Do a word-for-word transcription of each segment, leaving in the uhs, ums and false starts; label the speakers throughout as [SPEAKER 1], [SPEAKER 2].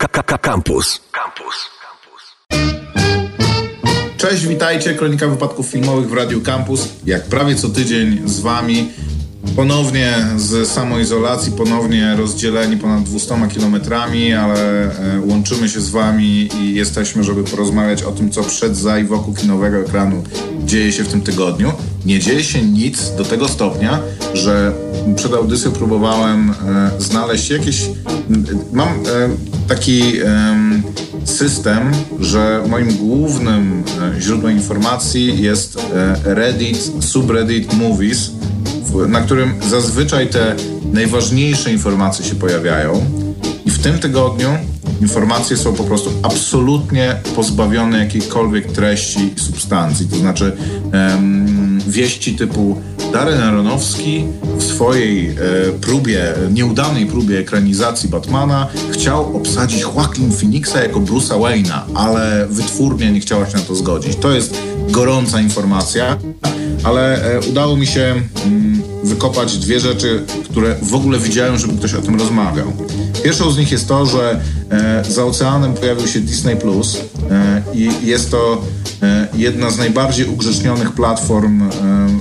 [SPEAKER 1] Campus. Campus.
[SPEAKER 2] Cześć, witajcie. Kronika wypadków filmowych w Radiu Campus. Jak prawie co tydzień z wami. Ponownie z samoizolacji, ponownie rozdzieleni ponad dwiema kilometrami, ale e, łączymy się z wami i jesteśmy, żeby porozmawiać o tym, co przed, za i wokół kinowego ekranu dzieje się w tym tygodniu. Nie dzieje się nic do tego stopnia, że przed audycją próbowałem e, znaleźć jakieś... Mam e, taki e, system, że moim głównym e, źródłem informacji jest e, Reddit, subreddit Movies, na którym zazwyczaj te najważniejsze informacje się pojawiają. I w tym tygodniu informacje są po prostu absolutnie pozbawione jakiejkolwiek treści i substancji. To znaczy um, wieści typu Darren Aronofsky w swojej e, próbie, nieudanej próbie ekranizacji Batmana chciał obsadzić Joaquin Phoenixa jako Bruce'a Wayne'a, ale wytwórnia nie chciała się na to zgodzić. To jest gorąca informacja, ale e, udało mi się mm, wykopać dwie rzeczy, które w ogóle widziałem, żeby ktoś o tym rozmawiał. Pierwszą z nich jest to, że e, za oceanem pojawił się Disney Plus e, i jest to e, jedna z najbardziej ugrzecznionych platform e,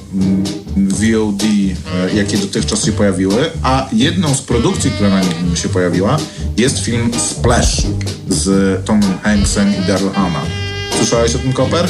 [SPEAKER 2] V O D, e, jakie dotychczas się pojawiły, a jedną z produkcji, która na nim się pojawiła, jest film Splash z Tomem Hanksem i Daryl Hannah. Słyszałeś o tym, Koper?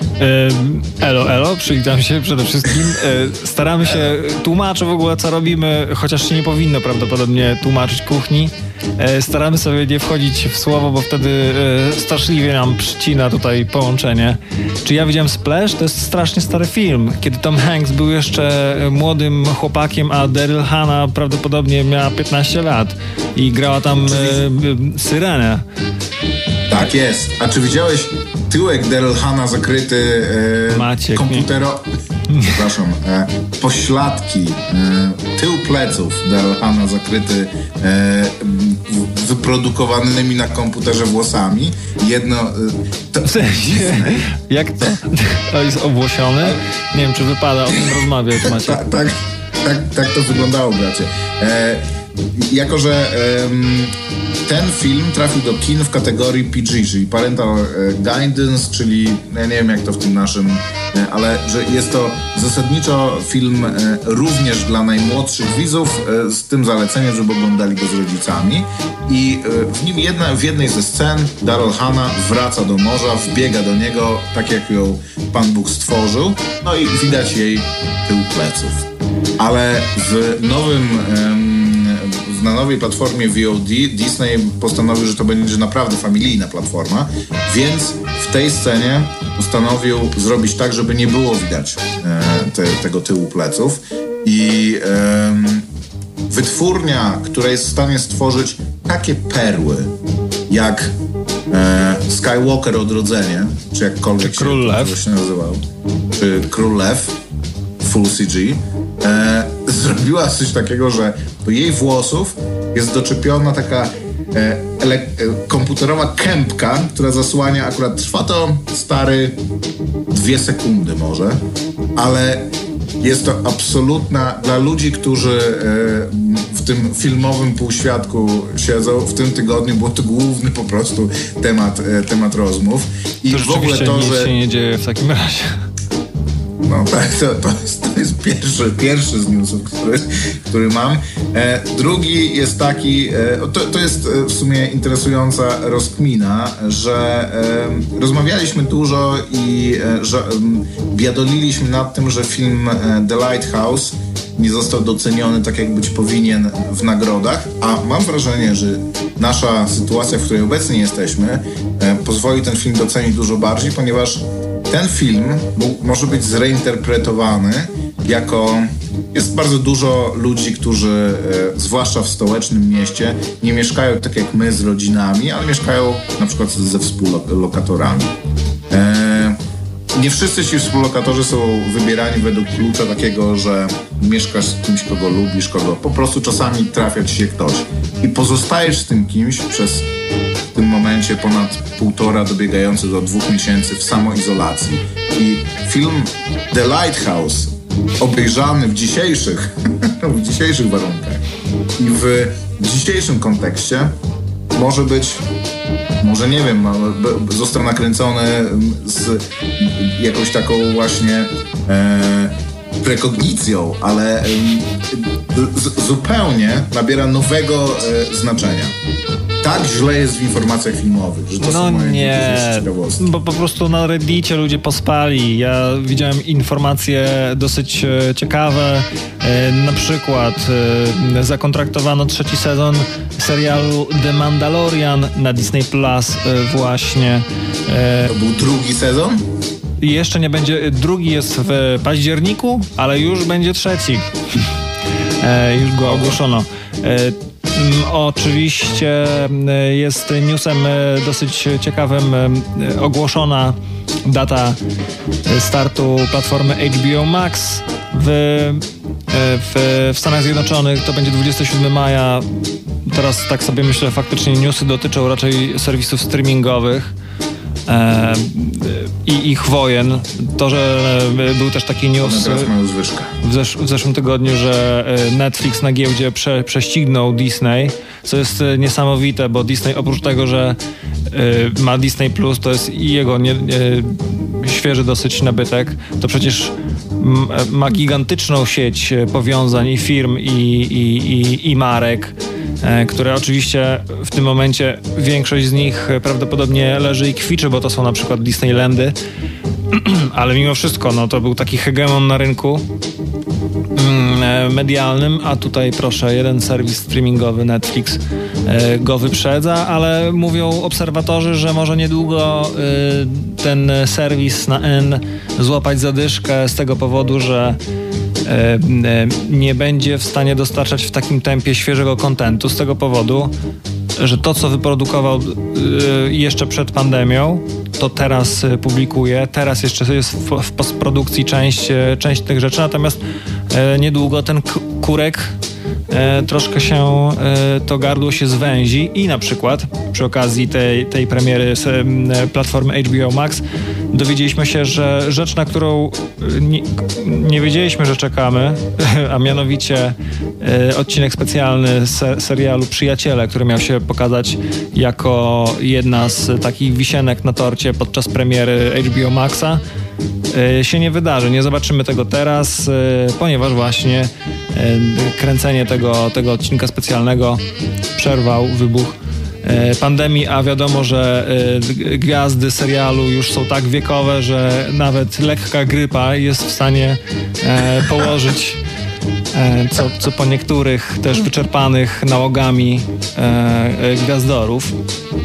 [SPEAKER 3] E, elo, elo, przywitam się przede wszystkim. E, staramy się, tłumaczę w ogóle, co robimy, chociaż się nie powinno prawdopodobnie tłumaczyć kuchni. E, staramy sobie nie wchodzić w słowo, bo wtedy e, straszliwie nam przycina tutaj połączenie. Czy ja widziałem Splash? To jest strasznie stary film, kiedy Tom Hanks był jeszcze młodym chłopakiem, a Daryl Hannah prawdopodobnie miała piętnaście lat i grała tam e, syrenę.
[SPEAKER 2] Tak jest. A czy widziałeś tyłek Daryl Hannah zakryty e,
[SPEAKER 3] Maciek,
[SPEAKER 2] komputero... Przepraszam. E, pośladki, e, tył pleców Daryl Hannah zakryty e, wyprodukowanymi na komputerze włosami. Jedno... E, to,
[SPEAKER 3] w sensie, jak to? To jest obłosiony? Nie wiem, czy wypada o tym rozmawiać, Maciek.
[SPEAKER 2] Tak, tak, tak, tak to wyglądało, bracie. E, jako, że e, ten film trafił do kin w kategorii P G, czyli Parental Guidance, czyli ja nie wiem jak to w tym naszym, ale że jest to zasadniczo film również dla najmłodszych widzów, z tym zaleceniem, żeby oglądali go z rodzicami. I w nim jedna, w jednej ze scen Daryl Hannah wraca do morza, wbiega do niego, tak jak ją Pan Bóg stworzył, no i widać jej tył pleców. Ale w nowym na nowej platformie V O D Disney postanowił, że to będzie naprawdę familijna platforma, więc w tej scenie postanowił zrobić tak, żeby nie było widać e, te, tego tyłu pleców i e, wytwórnia, która jest w stanie stworzyć takie perły jak e, Skywalker Odrodzenie, czy jakkolwiek
[SPEAKER 3] czy Król
[SPEAKER 2] się,
[SPEAKER 3] Lew.
[SPEAKER 2] się nazywał, czy Król Lew Full C G, e, zrobiła coś takiego, że do jej włosów jest doczepiona taka e, ele, e, komputerowa kępka, która zasłania, akurat trwa to stary dwie sekundy może, ale jest to absolutna, dla ludzi, którzy e, w tym filmowym półświadku siedzą, w tym tygodniu był to główny po prostu temat, e, temat rozmów. I
[SPEAKER 3] to
[SPEAKER 2] w ogóle to,
[SPEAKER 3] nic
[SPEAKER 2] że
[SPEAKER 3] się nie dzieje w takim razie.
[SPEAKER 2] No tak, to, to, jest, to jest pierwszy, pierwszy z newsów, który, który mam. E, drugi jest taki, e, to, to jest w sumie interesująca rozkmina, że e, rozmawialiśmy dużo i e, że, e, biadoliliśmy nad tym, że film e, The Lighthouse nie został doceniony tak, jak być powinien w nagrodach, a mam wrażenie, że nasza sytuacja, w której obecnie jesteśmy, e, pozwoli ten film docenić dużo bardziej, ponieważ ten film może być zreinterpretowany jako... Jest bardzo dużo ludzi, którzy, e, zwłaszcza w stołecznym mieście, nie mieszkają tak jak my z rodzinami, ale mieszkają na przykład ze współlokatorami. E, nie wszyscy ci współlokatorzy są wybierani według klucza takiego, że mieszkasz z kimś, kogo lubisz, kogo po prostu czasami trafia ci się ktoś i pozostajesz z tym kimś przez w tym momencie ponad półtora dobiegający do dwóch miesięcy w samoizolacji. I film The Lighthouse, obejrzany w dzisiejszych w dzisiejszych warunkach i w dzisiejszym kontekście może być, może nie wiem, został nakręcony z jakąś taką właśnie e, prekognicją, ale e, z, zupełnie nabiera nowego e, znaczenia. Tak źle jest w informacjach filmowych, że to
[SPEAKER 3] no
[SPEAKER 2] są moje
[SPEAKER 3] nie,
[SPEAKER 2] ciekawostki.
[SPEAKER 3] Bo po prostu na Reddicie ludzie pospali. Ja widziałem informacje dosyć e, ciekawe. E, na przykład e, zakontraktowano trzeci sezon serialu The Mandalorian na Disney Plus e, właśnie.
[SPEAKER 2] E, to był drugi sezon?
[SPEAKER 3] Jeszcze nie będzie, drugi jest w październiku, ale już będzie trzeci. E, już go ogłoszono. E, Oczywiście jest newsem dosyć ciekawym ogłoszona data startu platformy H B O Max w, w, w Stanach Zjednoczonych. To będzie dwudziestego siódmego maja. Teraz tak sobie myślę, faktycznie newsy dotyczą raczej serwisów streamingowych e, i ich wojen. To, że był też taki news w, zesz w zeszłym tygodniu, że Netflix na giełdzie prze prześcignął Disney, co jest niesamowite, bo Disney oprócz tego, że y, ma Disney Plus, to jest i jego nie, y, świeży dosyć nabytek, to przecież ma gigantyczną sieć powiązań i firm i, i, i, i marek, e, które oczywiście w tym momencie większość z nich prawdopodobnie leży i kwiczy, bo to są na przykład Disneylandy, ale mimo wszystko no, to był taki hegemon na rynku medialnym, a tutaj proszę, jeden serwis streamingowy Netflix e, go wyprzedza, ale mówią obserwatorzy, że może niedługo e, ten serwis na N złapać zadyszkę z tego powodu, że e, e, nie będzie w stanie dostarczać w takim tempie świeżego kontentu, z tego powodu, że to, co wyprodukował y, jeszcze przed pandemią, to teraz y, publikuje, teraz jeszcze jest w, w postprodukcji część, y, część tych rzeczy, natomiast y, niedługo ten kurek y, troszkę się, y, to gardło się zwęzi i na przykład przy okazji tej, tej premiery z, y, platformy H B O Max dowiedzieliśmy się, że rzecz, na którą nie, nie wiedzieliśmy, że czekamy, a mianowicie y, odcinek specjalny se, serialu Przyjaciele, który miał się pokazać jako jedna z takich wisienek na torcie podczas premiery H B O Maxa, y, się nie wydarzy. Nie zobaczymy tego teraz, y, ponieważ właśnie y, kręcenie tego, tego odcinka specjalnego przerwał wybuch pandemii, a wiadomo, że y, gwiazdy serialu już są tak wiekowe, że nawet lekka grypa jest w stanie e, położyć e, co, co po niektórych też wyczerpanych nałogami e, e, gwiazdorów.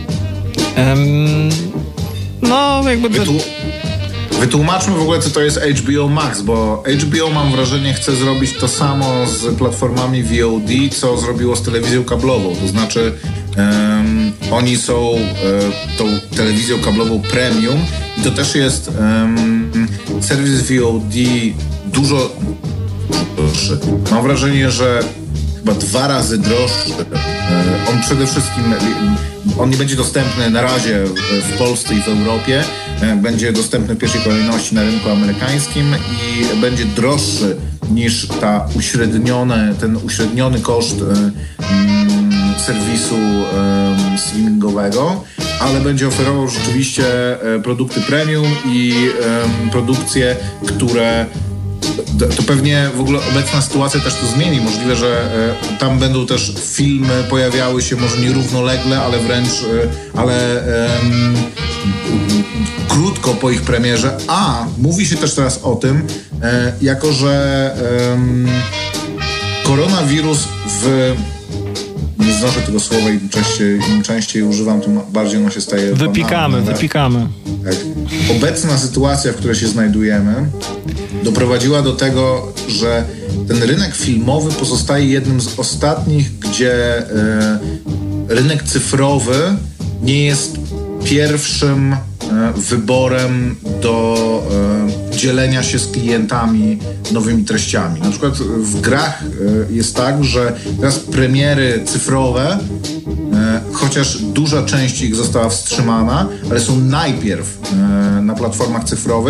[SPEAKER 3] Ehm, no jakby...
[SPEAKER 2] Wytłu Wytłumaczmy w ogóle, co to jest H B O Max, bo H B O, mam wrażenie, chce zrobić to samo z platformami V O D, co zrobiło z telewizją kablową. To znaczy um, oni są um, tą telewizją kablową premium i to też jest um, serwis V O D dużo droższy. Mam wrażenie, że chyba dwa razy droższy. On przede wszystkim, on nie będzie dostępny na razie w Polsce i w Europie. Będzie dostępny w pierwszej kolejności na rynku amerykańskim i będzie droższy niż ta uśrednione, ten uśredniony koszt um, serwisu um, streamingowego, ale będzie oferował rzeczywiście um, produkty premium i um, produkcje, które to pewnie w ogóle obecna sytuacja też to zmieni. Możliwe, że e, tam będą też filmy pojawiały się może nie równolegle, ale wręcz e, ale e, krótko po ich premierze. A mówi się też teraz o tym, e, jako że e, koronawirus w... Nie znoszę tego słowa, im częściej, im częściej używam, tym bardziej ono się staje...
[SPEAKER 3] Wypikamy, banalne. wypikamy.
[SPEAKER 2] Tak. Obecna sytuacja, w której się znajdujemy, doprowadziła do tego, że ten rynek filmowy pozostaje jednym z ostatnich, gdzie e, rynek cyfrowy nie jest pierwszym e, wyborem do e, dzielenia się z klientami nowymi treściami. Na przykład w grach e, jest tak, że teraz premiery cyfrowe, e, chociaż duża część ich została wstrzymana, ale są najpierw e, na platformach cyfrowych,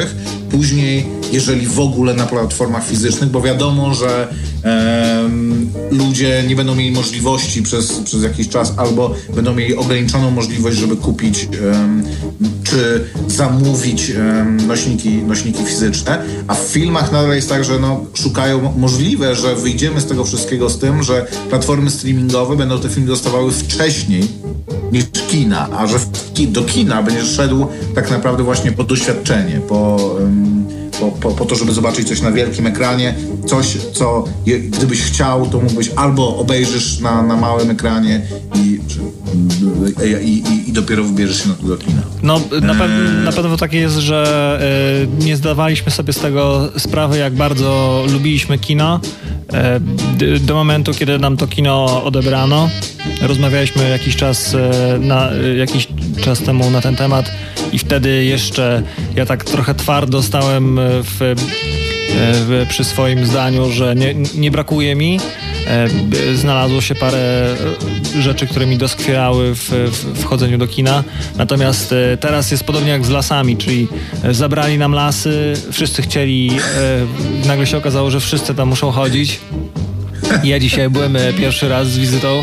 [SPEAKER 2] później, jeżeli w ogóle na platformach fizycznych, bo wiadomo, że e, ludzie nie będą mieli możliwości przez, przez jakiś czas, albo będą mieli ograniczoną możliwość, żeby kupić e, czy zamówić e, nośniki, nośniki fizyczne, a w filmach nadal jest tak, że no, szukają, możliwe, że wyjdziemy z tego wszystkiego z tym, że platformy streamingowe będą te filmy dostawały wcześniej niż kina, a że do kina będziesz szedł tak naprawdę właśnie po doświadczenie, po, po, po, po to, żeby zobaczyć coś na wielkim ekranie, coś, co je, gdybyś chciał, to mógłbyś albo obejrzysz na, na małym ekranie i, czy, i, i, i dopiero wybierzesz się do kina.
[SPEAKER 3] No na, pe- na pewno tak jest, że y, nie zdawaliśmy sobie z tego sprawy, jak bardzo lubiliśmy kino. Y, do momentu, kiedy nam to kino odebrano. Rozmawialiśmy jakiś czas, y, na, y, jakiś czas temu na ten temat i wtedy jeszcze ja tak trochę twardo stałem w, w, przy swoim zdaniu, że nie, nie brakuje mi. Znalazło się parę rzeczy, które mi doskwierały w, w wchodzeniu do kina. Natomiast teraz jest podobnie jak z lasami, czyli zabrali nam lasy, wszyscy chcieli, nagle się okazało, że wszyscy tam muszą chodzić. Ja dzisiaj byłem pierwszy raz z wizytą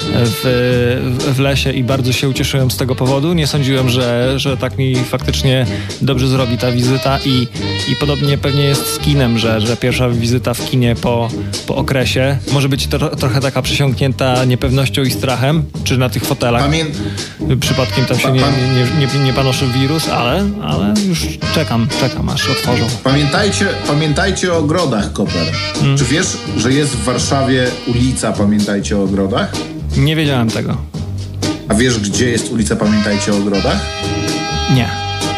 [SPEAKER 3] w, w lesie i bardzo się ucieszyłem z tego powodu. Nie sądziłem, że, że tak mi faktycznie dobrze zrobi ta wizyta i, i podobnie pewnie jest z kinem, że, że pierwsza wizyta w kinie po, po okresie może być to, trochę taka przesiąknięta niepewnością i strachem, czy na tych fotelach. Pamię... Przypadkiem tam się nie, nie, nie, nie panoszy wirus, ale, ale już czekam, czekam aż otworzą.
[SPEAKER 2] Pamiętajcie, pamiętajcie o ogrodach, Koper. Hmm. Czy wiesz, że jest w Warszawie ulica Pamiętajcie o ogrodach?
[SPEAKER 3] Nie wiedziałem tego.
[SPEAKER 2] A wiesz, gdzie jest ulica Pamiętajcie o ogrodach?
[SPEAKER 3] Nie.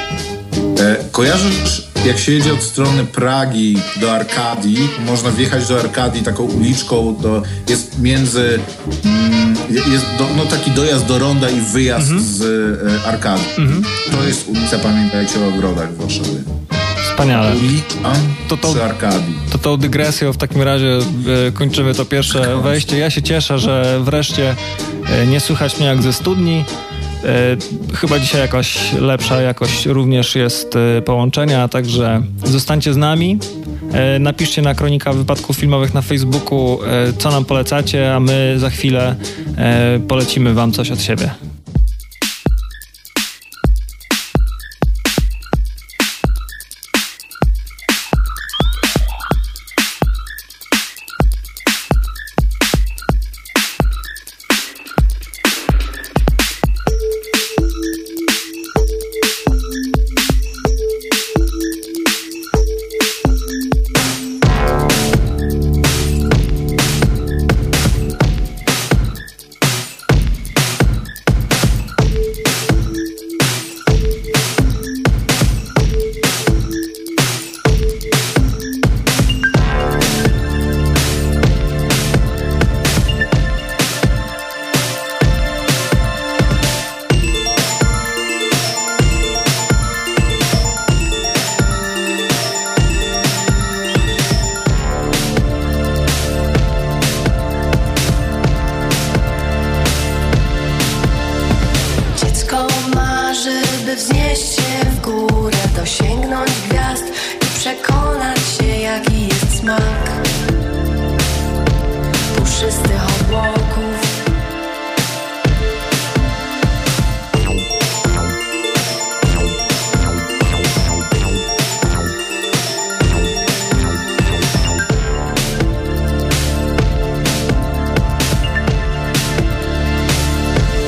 [SPEAKER 2] E, kojarzysz, jak się jedzie od strony Pragi do Arkadii, można wjechać do Arkadii taką uliczką, do, jest między, mm, jest do, no taki dojazd do ronda i wyjazd mm-hmm. z e, Arkadii. Mm-hmm. To jest ulica Pamiętajcie o ogrodach w Warszawie.
[SPEAKER 3] Wspaniale.
[SPEAKER 2] Ulica to to, przy Arkadii.
[SPEAKER 3] To tą dygresją w takim razie e, kończymy to pierwsze wejście. Ja się cieszę, że wreszcie e, nie słychać mnie jak ze studni. E, chyba dzisiaj jakaś lepsza jakość również jest e, połączenia, także zostańcie z nami. E, napiszcie na Kronika Wypadków Filmowych na Facebooku, e, co nam polecacie, a my za chwilę e, polecimy wam coś od siebie.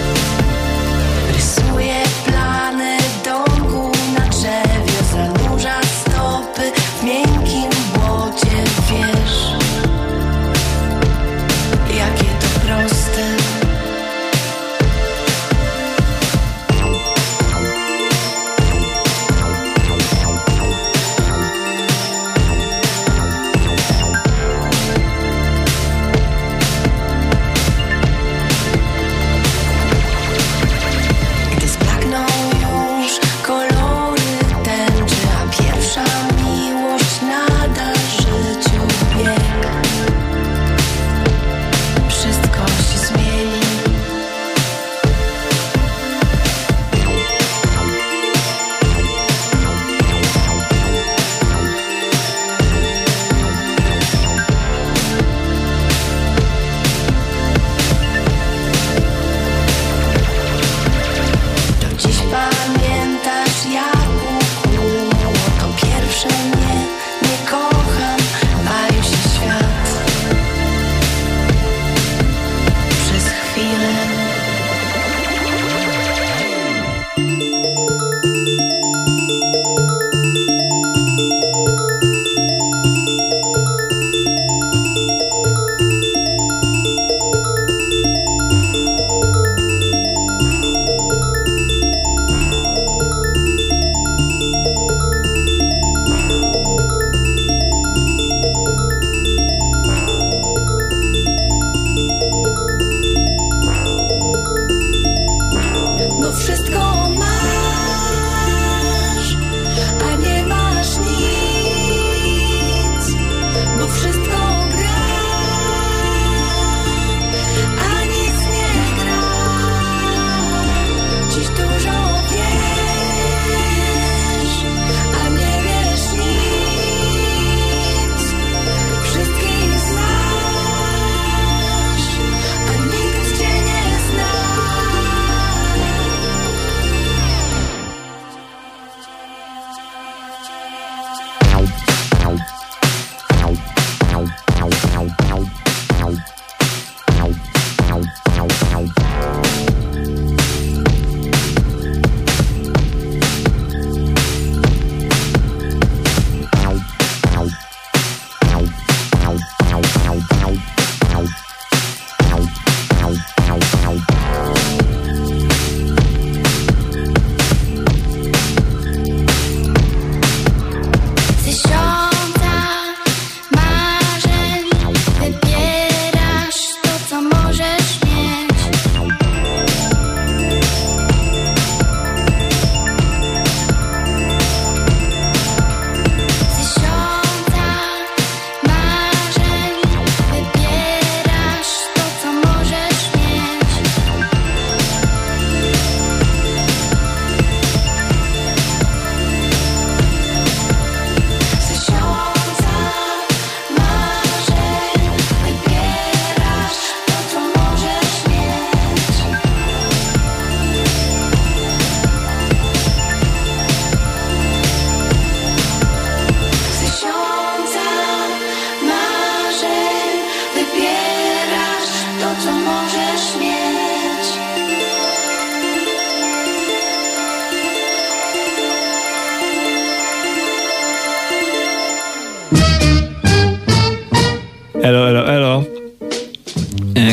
[SPEAKER 4] Rysuję plany domku na drzewie, zanurza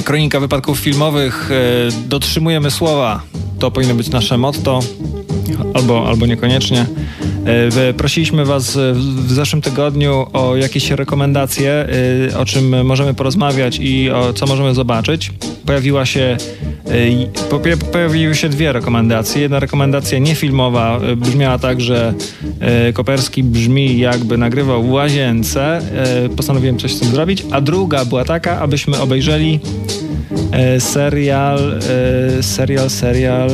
[SPEAKER 3] Kronika wypadków filmowych. Dotrzymujemy słowa. To powinno być nasze motto. Albo, albo niekoniecznie. Prosiliśmy Was w zeszłym tygodniu o jakieś rekomendacje, o czym możemy porozmawiać i o co możemy zobaczyć. Pojawiła się, pojawiły się dwie rekomendacje. Jedna rekomendacja niefilmowa brzmiała tak, że Koperski brzmi jakby nagrywał w łazience. Postanowiłem coś z tym zrobić. A druga była taka, abyśmy obejrzeli serial, serial, serial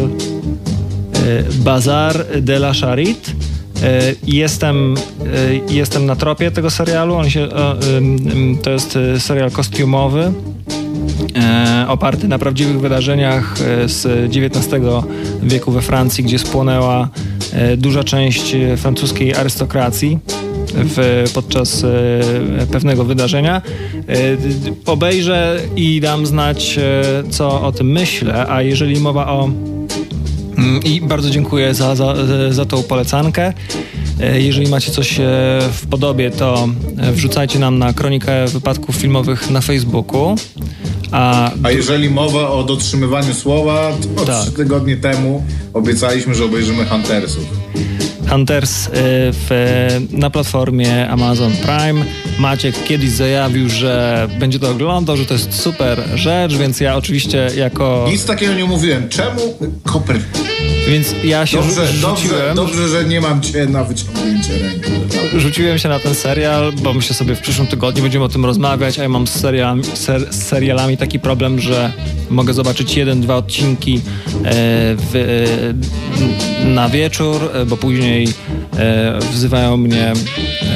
[SPEAKER 3] Bazar de la Charité. Jestem, jestem na tropie tego serialu. On się, to jest serial kostiumowy oparty na prawdziwych wydarzeniach z dziewiętnastego wieku we Francji, gdzie spłonęła duża część francuskiej arystokracji w, podczas pewnego wydarzenia. Obejrzę i dam znać, co o tym myślę, a jeżeli mowa o I bardzo dziękuję za, za, za tą polecankę. Jeżeli macie coś w podobie, to wrzucajcie nam na Kronikę Wypadków Filmowych na Facebooku. A,
[SPEAKER 2] A jeżeli mowa o dotrzymywaniu słowa, to
[SPEAKER 3] tak.
[SPEAKER 2] trzy tygodnie temu obiecaliśmy, że obejrzymy Huntersów.
[SPEAKER 3] Hunters w, na platformie Amazon Prime. Maciek kiedyś zajawił, że będzie to oglądał, że to jest super rzecz, więc ja oczywiście jako...
[SPEAKER 2] Nic takiego nie mówiłem. Czemu Koper...
[SPEAKER 3] Więc ja się
[SPEAKER 2] Dobrze,
[SPEAKER 3] rzu-
[SPEAKER 2] dobrze,
[SPEAKER 3] rzuciłem...
[SPEAKER 2] dobrze, że nie mam cię na wyciągnięcie ręki.
[SPEAKER 3] Rzuciłem się na ten serial, bo myślę sobie, w przyszłym tygodniu będziemy o tym rozmawiać, a ja mam z serialami, ser, z serialami taki problem, że mogę zobaczyć jeden, dwa odcinki e, w, e, na wieczór, bo później e, wzywają mnie e,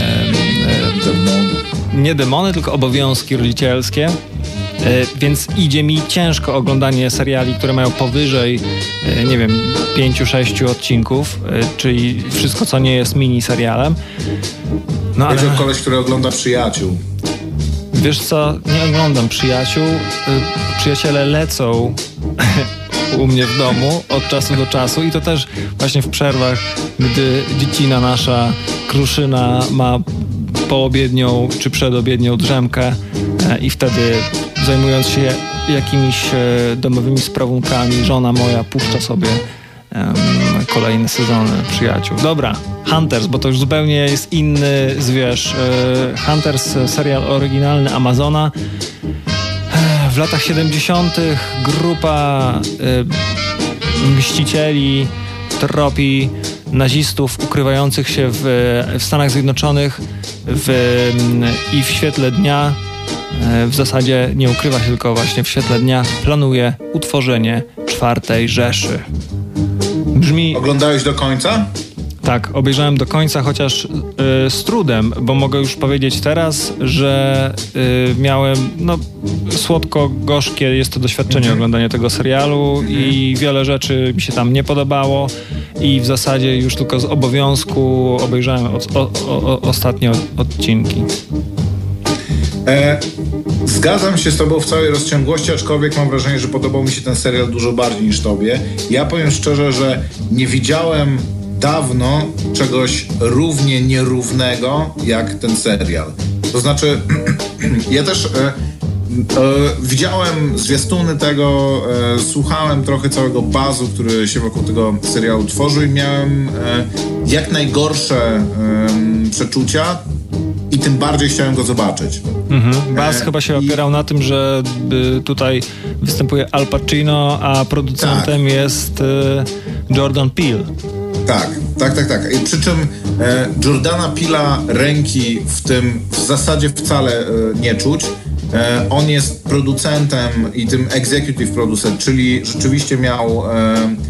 [SPEAKER 3] e, nie demony, tylko obowiązki rodzicielskie. Więc idzie mi ciężko oglądanie seriali, które mają powyżej, nie wiem, pięciu, sześciu odcinków, czyli wszystko, co nie jest mini serialem.
[SPEAKER 2] No, ale... Chodzi o koleś, który ogląda Przyjaciół.
[SPEAKER 3] Wiesz co, nie oglądam Przyjaciół. Przyjaciele lecą u mnie w domu od czasu do czasu i to też właśnie w przerwach, gdy dziecina nasza Kruszyna ma poobiednią czy przedobiednią drzemkę i wtedy, zajmując się jakimiś e, domowymi sprawunkami, żona moja puszcza sobie e, kolejne sezony Przyjaciół. Dobra, Hunters, bo to już zupełnie jest inny zwierz. E, Hunters, serial oryginalny Amazona. E, w latach siedemdziesiątych grupa e, mścicieli tropi nazistów ukrywających się w, w Stanach Zjednoczonych w, i w świetle dnia, w zasadzie nie ukrywa się, tylko właśnie w świetle dnia planuje utworzenie czwartej Rzeszy. Brzmi...
[SPEAKER 2] Oglądałeś do końca?
[SPEAKER 3] Tak, obejrzałem do końca, chociaż y, z trudem, bo mogę już powiedzieć teraz, że y, miałem, no, słodko-gorzkie jest to doświadczenie mhm. oglądania tego serialu mhm. i wiele rzeczy mi się tam nie podobało i w zasadzie już tylko z obowiązku obejrzałem o, o, o, ostatnie odcinki.
[SPEAKER 2] E, zgadzam się z tobą w całej rozciągłości, aczkolwiek mam wrażenie, że podobał mi się ten serial dużo bardziej niż tobie. Ja powiem szczerze, że nie widziałem dawno czegoś równie nierównego jak ten serial. To znaczy, ja też e, e, widziałem zwiastuny tego, e, słuchałem trochę całego bazu, który się wokół tego serialu tworzył i miałem e, jak najgorsze e, przeczucia i tym bardziej chciałem go zobaczyć.
[SPEAKER 3] Mhm. Baz e, chyba się i... opierał na tym, że y, tutaj występuje Al Pacino, a producentem tak. jest y, Jordan Peele.
[SPEAKER 2] Tak, tak, tak, tak. I przy czym e, Jordana Peela ręki w tym w zasadzie wcale e, nie czuć. E, on jest producentem i tym executive producent, czyli rzeczywiście miał e,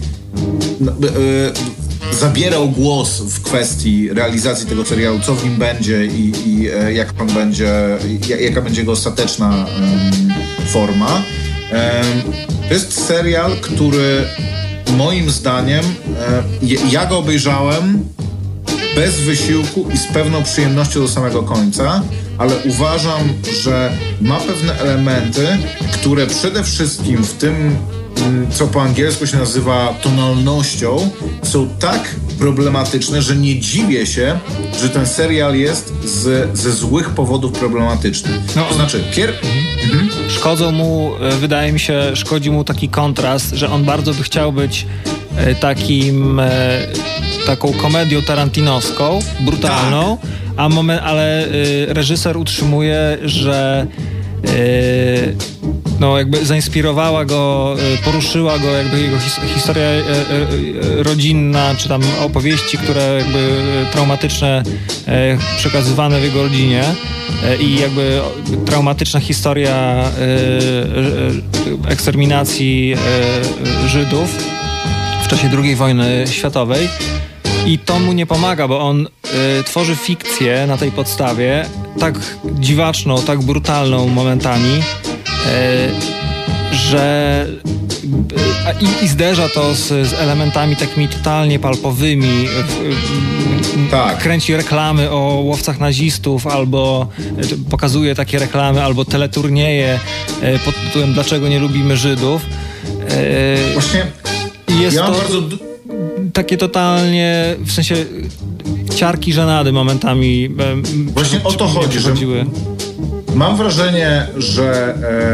[SPEAKER 2] e, zabierał głos w kwestii realizacji tego serialu, co w nim będzie i, i e, jak on będzie, jak, jaka będzie jego ostateczna e, forma. E, to jest serial, który moim zdaniem, e, ja go obejrzałem bez wysiłku i z pewną przyjemnością do samego końca, ale uważam, że ma pewne elementy, które przede wszystkim w tym, co po angielsku się nazywa tonalnością, są tak problematyczne, że nie dziwię się, że ten serial jest z, ze złych powodów problematyczny. No. To znaczy, pier... Mhm.
[SPEAKER 3] szkodzą mu, wydaje mi się, szkodzi mu taki kontrast, że on bardzo by chciał być takim, taką komedią tarantinowską, brutalną, tak. a moment, ale reżyser utrzymuje, że no jakby zainspirowała go, poruszyła go jakby jego his, historia rodzinna, czy tam opowieści, które jakby traumatyczne przekazywane w jego rodzinie i jakby traumatyczna historia eksterminacji Żydów w czasie drugiej wojny światowej. I to mu nie pomaga, bo on y, tworzy fikcję na tej podstawie, tak dziwaczną, tak brutalną momentami, y, że y, i, i zderza to z, z elementami takimi totalnie palpowymi. Y, y,
[SPEAKER 2] tak.
[SPEAKER 3] Kręci reklamy o łowcach nazistów, albo y, pokazuje takie reklamy, albo teleturnieje y, pod tytułem "Dlaczego nie lubimy Żydów?".
[SPEAKER 2] Y, Właśnie
[SPEAKER 3] jest
[SPEAKER 2] ja mam
[SPEAKER 3] to...
[SPEAKER 2] bardzo...
[SPEAKER 3] takie totalnie, w sensie ciarki żenady momentami.
[SPEAKER 2] Właśnie o to chodzi, że mam wrażenie, że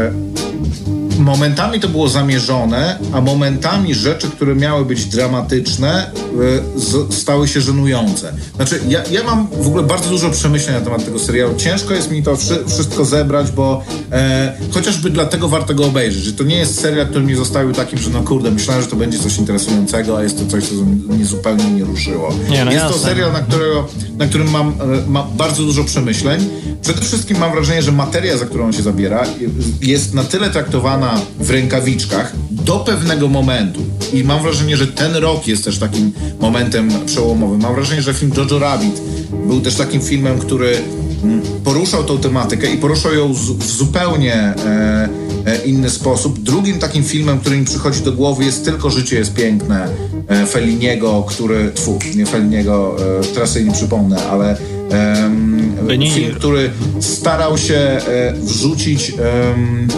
[SPEAKER 2] e, momentami to było zamierzone, a momentami rzeczy, które miały być dramatyczne, e, z, stały się żenujące. Znaczy, ja, ja mam w ogóle bardzo dużo przemyśleń na temat tego serialu. Ciężko jest mi to wszy, wszystko zebrać, bo e, chociażby dlatego warto go obejrzeć, że to nie jest serial, który mnie zostawił takim, że no kurde, myślałem, że to będzie coś interesującego, a jest to coś, co mnie zupełnie nie ruszyło. Nie, no jest jasne. To serial, na, którego, na którym mam, e, mam bardzo dużo przemyśleń. Przede wszystkim mam wrażenie, że materia, za którą on się zabiera, jest na tyle traktowana w rękawiczkach do pewnego momentu. I mam wrażenie, że ten rok jest też takim momentem przełomowym. Mam wrażenie, że film Jojo Rabbit był też takim filmem, który poruszał tą tematykę i poruszał ją z, w zupełnie e, e, inny sposób. Drugim takim filmem, który mi przychodzi do głowy, jest Tylko życie jest piękne e, Felliniego, który... Tfu, nie Felliniego, e, teraz sobie nie przypomnę, ale e, film, który starał się e, wrzucić e,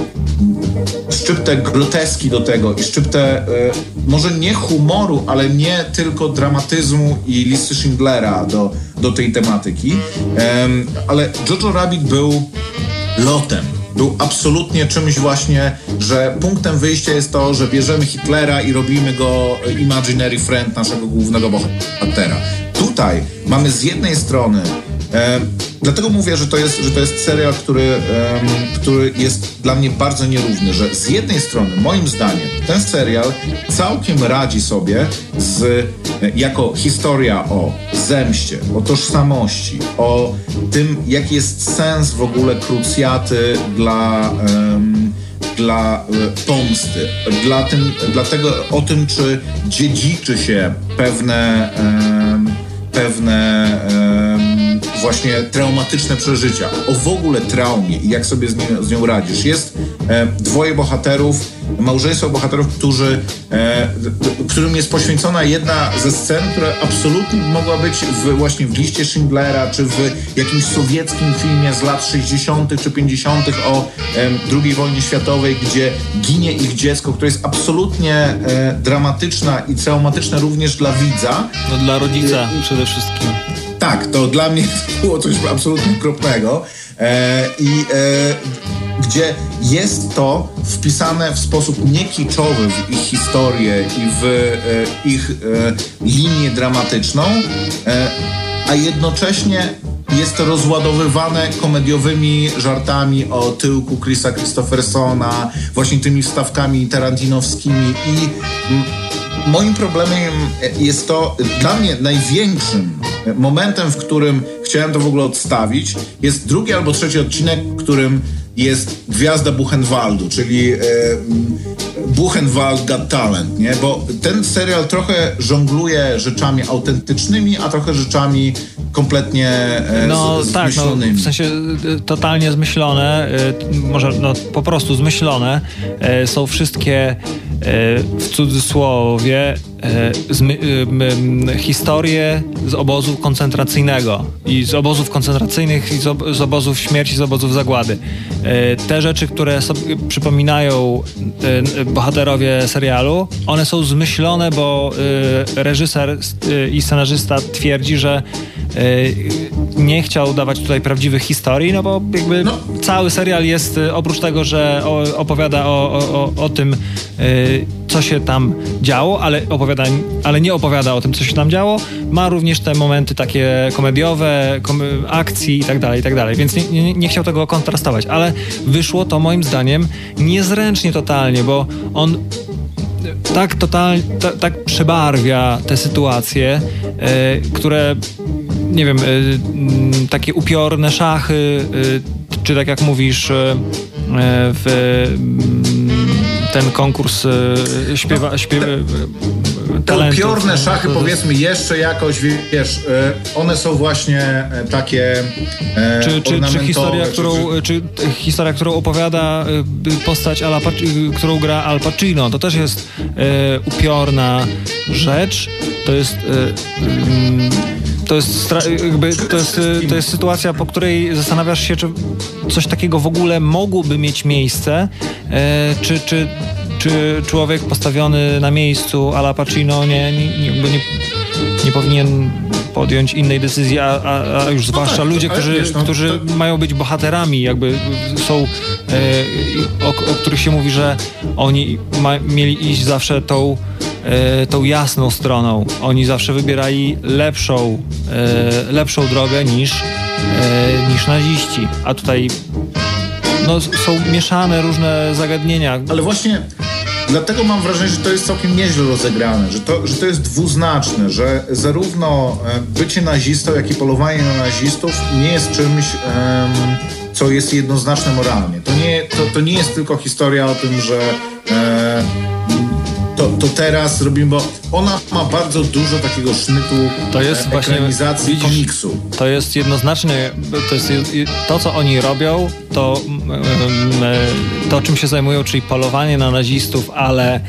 [SPEAKER 2] szczyptę groteski do tego i szczyptę e, może nie humoru, ale nie tylko dramatyzmu i listy Schindlera do, do tej tematyki. E, ale Jojo Rabbit był lotem. Był absolutnie czymś właśnie, że punktem wyjścia jest to, że bierzemy Hitlera i robimy go imaginary friend naszego głównego bohatera. Tutaj mamy z jednej strony E, dlatego mówię, że to jest, że to jest serial, który, e, który jest dla mnie bardzo nierówny, że z jednej strony, moim zdaniem, ten serial całkiem radzi sobie z, e, jako historia o zemście, o tożsamości, o tym, jaki jest sens w ogóle krucjaty dla... E, dla e, pomsty, dla, tym, dla tego, o tym, czy dziedziczy się pewne e, pewne e, właśnie traumatyczne przeżycia, o w ogóle traumie i jak sobie z, nie, z nią radzisz. Jest e, dwoje bohaterów, małżeństwo bohaterów, którzy, e, którym jest poświęcona jedna ze scen, która absolutnie mogła być w, właśnie w liście Schindlera, czy w jakimś sowieckim filmie z lat sześćdziesiątych czy pięćdziesiątych o e, drugiej wojnie światowej, gdzie ginie ich dziecko, które jest absolutnie e, dramatyczna i traumatyczna również dla widza.
[SPEAKER 3] No dla rodzica e, przede wszystkim.
[SPEAKER 2] Tak, to dla mnie było coś absolutnie okropnego. E, I e, gdzie jest to wpisane w sposób niekiczowy w ich historię i w e, ich e, linię dramatyczną, e, a jednocześnie jest to rozładowywane komediowymi żartami o tyłku Chrisa Christophersona, właśnie tymi wstawkami tarantinowskimi i m, moim problemem jest to, dla mnie największym momentem, w którym chciałem to w ogóle odstawić, jest drugi albo trzeci odcinek, w którym jest gwiazda Buchenwaldu, czyli e, Buchenwald Got Talent, nie? Bo ten serial trochę żongluje rzeczami autentycznymi, a trochę rzeczami kompletnie e,
[SPEAKER 3] no, z, tak, zmyślonymi. No, w sensie totalnie zmyślone, e, może no, po prostu zmyślone e, są wszystkie e, w cudzysłowie e, zmy, e, historie z obozu koncentracyjnego i z obozów koncentracyjnych i z, ob, z obozów śmierci, z obozów zagłady. E, te rzeczy, które sobie przypominają e, bohaterowie serialu, one są zmyślone, bo e, reżyser e, i scenarzysta twierdzi, że nie chciał dawać tutaj prawdziwych historii, no bo jakby no. cały serial jest, oprócz tego, że opowiada o, o, o tym, co się tam działo, ale opowiada, ale nie opowiada o tym, co się tam działo, ma również te momenty takie komediowe, kom- akcji i tak dalej, i tak dalej, więc nie, nie, nie chciał tego kontrastować, ale wyszło to moim zdaniem niezręcznie totalnie, bo on tak totalnie, ta, tak przebarwia te sytuacje, e, które, nie wiem, e, m, takie upiorne szachy, e, czy tak jak mówisz, e, w m, ten konkurs e, śpiewa, śpiewa
[SPEAKER 2] te upiorne szachy, powiedzmy, jeszcze jakoś, wiesz, one są właśnie takie e,
[SPEAKER 3] czy, czy, czy historia, którą, czy, czy historia, którą opowiada postać, Al Pacino, którą gra Al Pacino, to też jest e, upiorna rzecz, to jest e, to jest, jakby, to, jest, to jest sytuacja, po której zastanawiasz się, czy coś takiego w ogóle mogłoby mieć miejsce, e, czy, czy czy człowiek postawiony na miejscu Ala Pacino nie, nie, nie, nie, nie powinien podjąć innej decyzji, a, a, a już zwłaszcza no tak, ludzie, którzy, wiesz, no, którzy to... mają być bohaterami, jakby są, e, o, o których się mówi, że oni ma, mieli iść zawsze tą, e, tą jasną stroną. Oni zawsze wybierali lepszą, e, lepszą drogę niż, e, niż naziści. A tutaj no, są mieszane różne zagadnienia.
[SPEAKER 2] Ale właśnie dlatego mam wrażenie, że to jest całkiem nieźle rozegrane, że to, że to jest dwuznaczne, że zarówno bycie nazistą, jak i polowanie na nazistów nie jest czymś, um, co jest jednoznaczne moralnie. To nie, to, to nie jest tylko historia o tym, że e, to, to teraz robimy, bo ona ma bardzo dużo takiego sznytu
[SPEAKER 3] to jest
[SPEAKER 2] e, ekranizacji
[SPEAKER 3] właśnie,
[SPEAKER 2] komiksu.
[SPEAKER 3] Widzisz, to jest jednoznacznie, to jest to, co oni robią, to to, czym się zajmują, czyli polowanie na nazistów, ale e,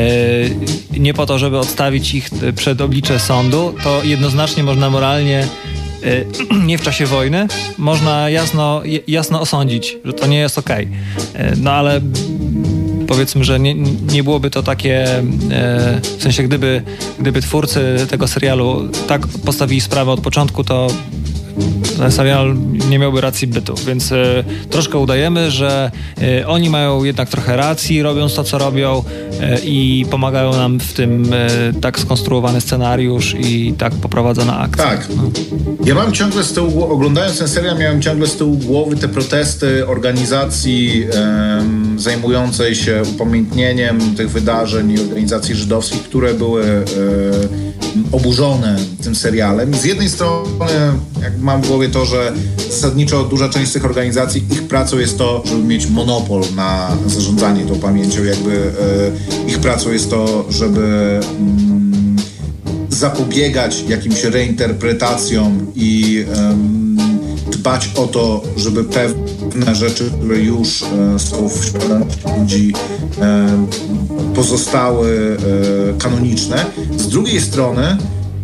[SPEAKER 3] nie po to, żeby odstawić ich przed oblicze sądu, to jednoznacznie można moralnie, e, nie w czasie wojny, można jasno, jasno osądzić, że to nie jest okej. E, no ale powiedzmy, że nie, nie byłoby to takie, e, w sensie gdyby, gdyby twórcy tego serialu tak postawili sprawę od początku, to ten serial nie miałby racji bytu, więc e, troszkę udajemy, że e, oni mają jednak trochę racji, robiąc to, co robią e, i pomagają nam w tym e, tak skonstruowany scenariusz i tak poprowadzona akcja.
[SPEAKER 2] Tak. No. Ja mam ciągle z tyłu, oglądając ten serial, miałem ciągle z tyłu głowy te protesty organizacji e, zajmującej się upamiętnieniem tych wydarzeń i organizacji żydowskich, które były e, oburzone tym serialem. Z jednej strony, jak mam w głowie to, że zasadniczo duża część z tych organizacji, ich pracą jest to, żeby mieć monopol na zarządzanie tą pamięcią. Jakby e, ich pracą jest to, żeby mm, zapobiegać jakimś reinterpretacjom i um, dbać o to, żeby pewne rzeczy, które już e, są w świadomości ludzi, e, pozostały e, kanoniczne. Z drugiej strony e,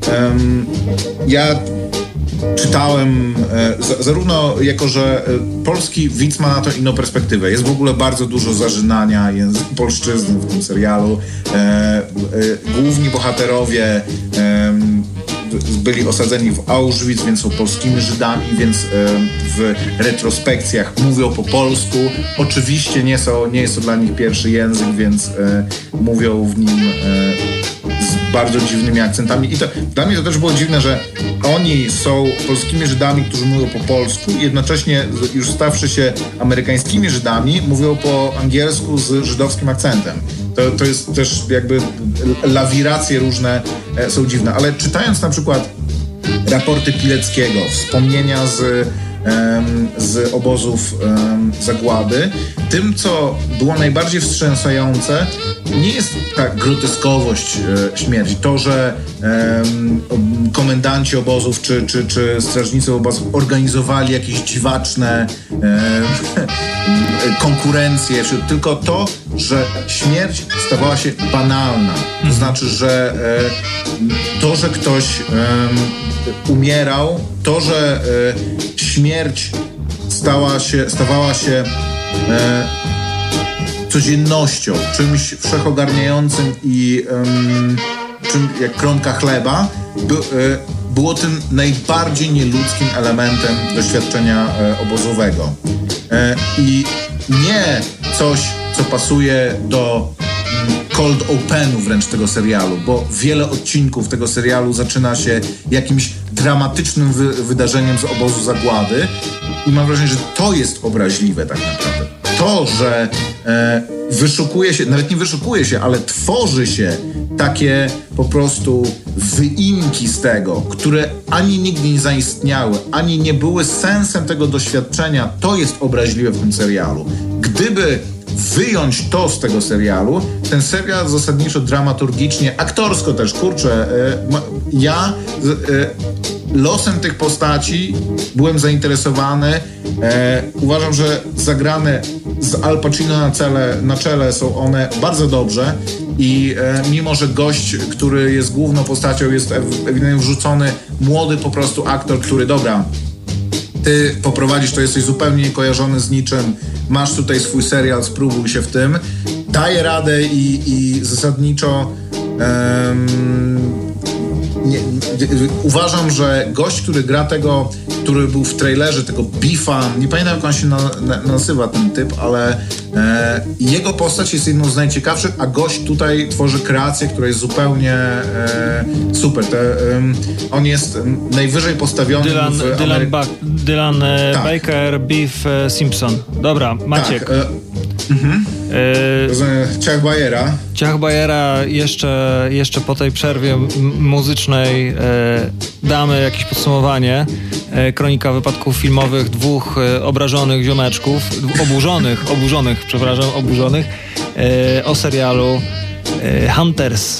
[SPEAKER 2] ja czytałem, e, z, zarówno jako, że e, polski widz ma na to inną perspektywę. Jest w ogóle bardzo dużo zażynania językiem polszczyzny w tym serialu. E, e, główni bohaterowie e, byli osadzeni w Auschwitz, więc są polskimi Żydami, więc e, w retrospekcjach mówią po polsku. Oczywiście nie, są, nie jest to dla nich pierwszy język, więc e, mówią w nim e, z bardzo dziwnymi akcentami. I to, dla mnie to też było dziwne, że oni są polskimi Żydami, którzy mówią po polsku i jednocześnie już stawszy się amerykańskimi Żydami, mówią po angielsku z żydowskim akcentem. To, to jest też jakby lawiracje różne e, są dziwne. Ale czytając na przykład raporty Pileckiego, wspomnienia z, em, z obozów em, zagłady, tym, co było najbardziej wstrząsające, nie jest ta groteskowość e, śmierci. To, że em, komendanci obozów czy, czy, czy strażnicy obozów organizowali jakieś dziwaczne e, konkurencje, czy tylko to, że śmierć stawała się banalna. To znaczy, że e, to, że ktoś e, umierał, to, że e, śmierć stała się, stawała się e, codziennością, czymś wszechogarniającym i um, czym jak kromka chleba, by, e, było tym najbardziej nieludzkim elementem doświadczenia e, obozowego. E, I nie coś, co pasuje do cold openu wręcz tego serialu, bo wiele odcinków tego serialu zaczyna się jakimś dramatycznym wy- wydarzeniem z obozu zagłady i mam wrażenie, że to jest obraźliwe tak naprawdę. To, że e, wyszukuje się, nawet nie wyszukuje się, ale tworzy się takie po prostu wyimki z tego, które ani nigdy nie zaistniały, ani nie były sensem tego doświadczenia, to jest obraźliwe w tym serialu. Gdyby wyjąć to z tego serialu, ten serial zasadniczo dramaturgicznie, aktorsko też, kurczę, e, ja e, losem tych postaci byłem zainteresowany. E, uważam, że zagrane z Al Pacino na czele, na czele są one bardzo dobrze i e, mimo, że gość, który jest główną postacią, jest ewidentnie wrzucony młody po prostu aktor, który dobra, ty poprowadzisz, to jesteś zupełnie niekojarzony z niczym, masz tutaj swój serial, spróbuj się w tym, daje radę i, i zasadniczo um, nie, nie, uważam, że gość, który gra tego, który był w trailerze tego Beefa, nie pamiętam jak on się na, na, nazywa ten typ, ale e, jego postać jest jedną z najciekawszych, a gość tutaj tworzy kreację, która jest zupełnie e, super. Te, e, on jest najwyżej postawiony
[SPEAKER 3] Dylan,
[SPEAKER 2] w
[SPEAKER 3] Dylan,
[SPEAKER 2] Amery-
[SPEAKER 3] ba- Dylan e,
[SPEAKER 2] tak.
[SPEAKER 3] Baker, Beef e, Simpson. Dobra, Maciek.
[SPEAKER 2] Tak, e, mhm.
[SPEAKER 3] e,
[SPEAKER 2] Ciach Bajera.
[SPEAKER 3] Ciach Bajera jeszcze, jeszcze po tej przerwie m- muzycznej e, damy jakieś podsumowanie. E, kronika wypadków filmowych dwóch e, obrażonych ziomeczków, dwóch oburzonych, oburzonych, przepraszam, oburzonych e, o serialu e, Hunters.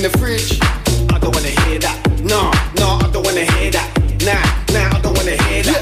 [SPEAKER 4] No, no, I don't wanna hear that. Nah, nah, I don't wanna hear that.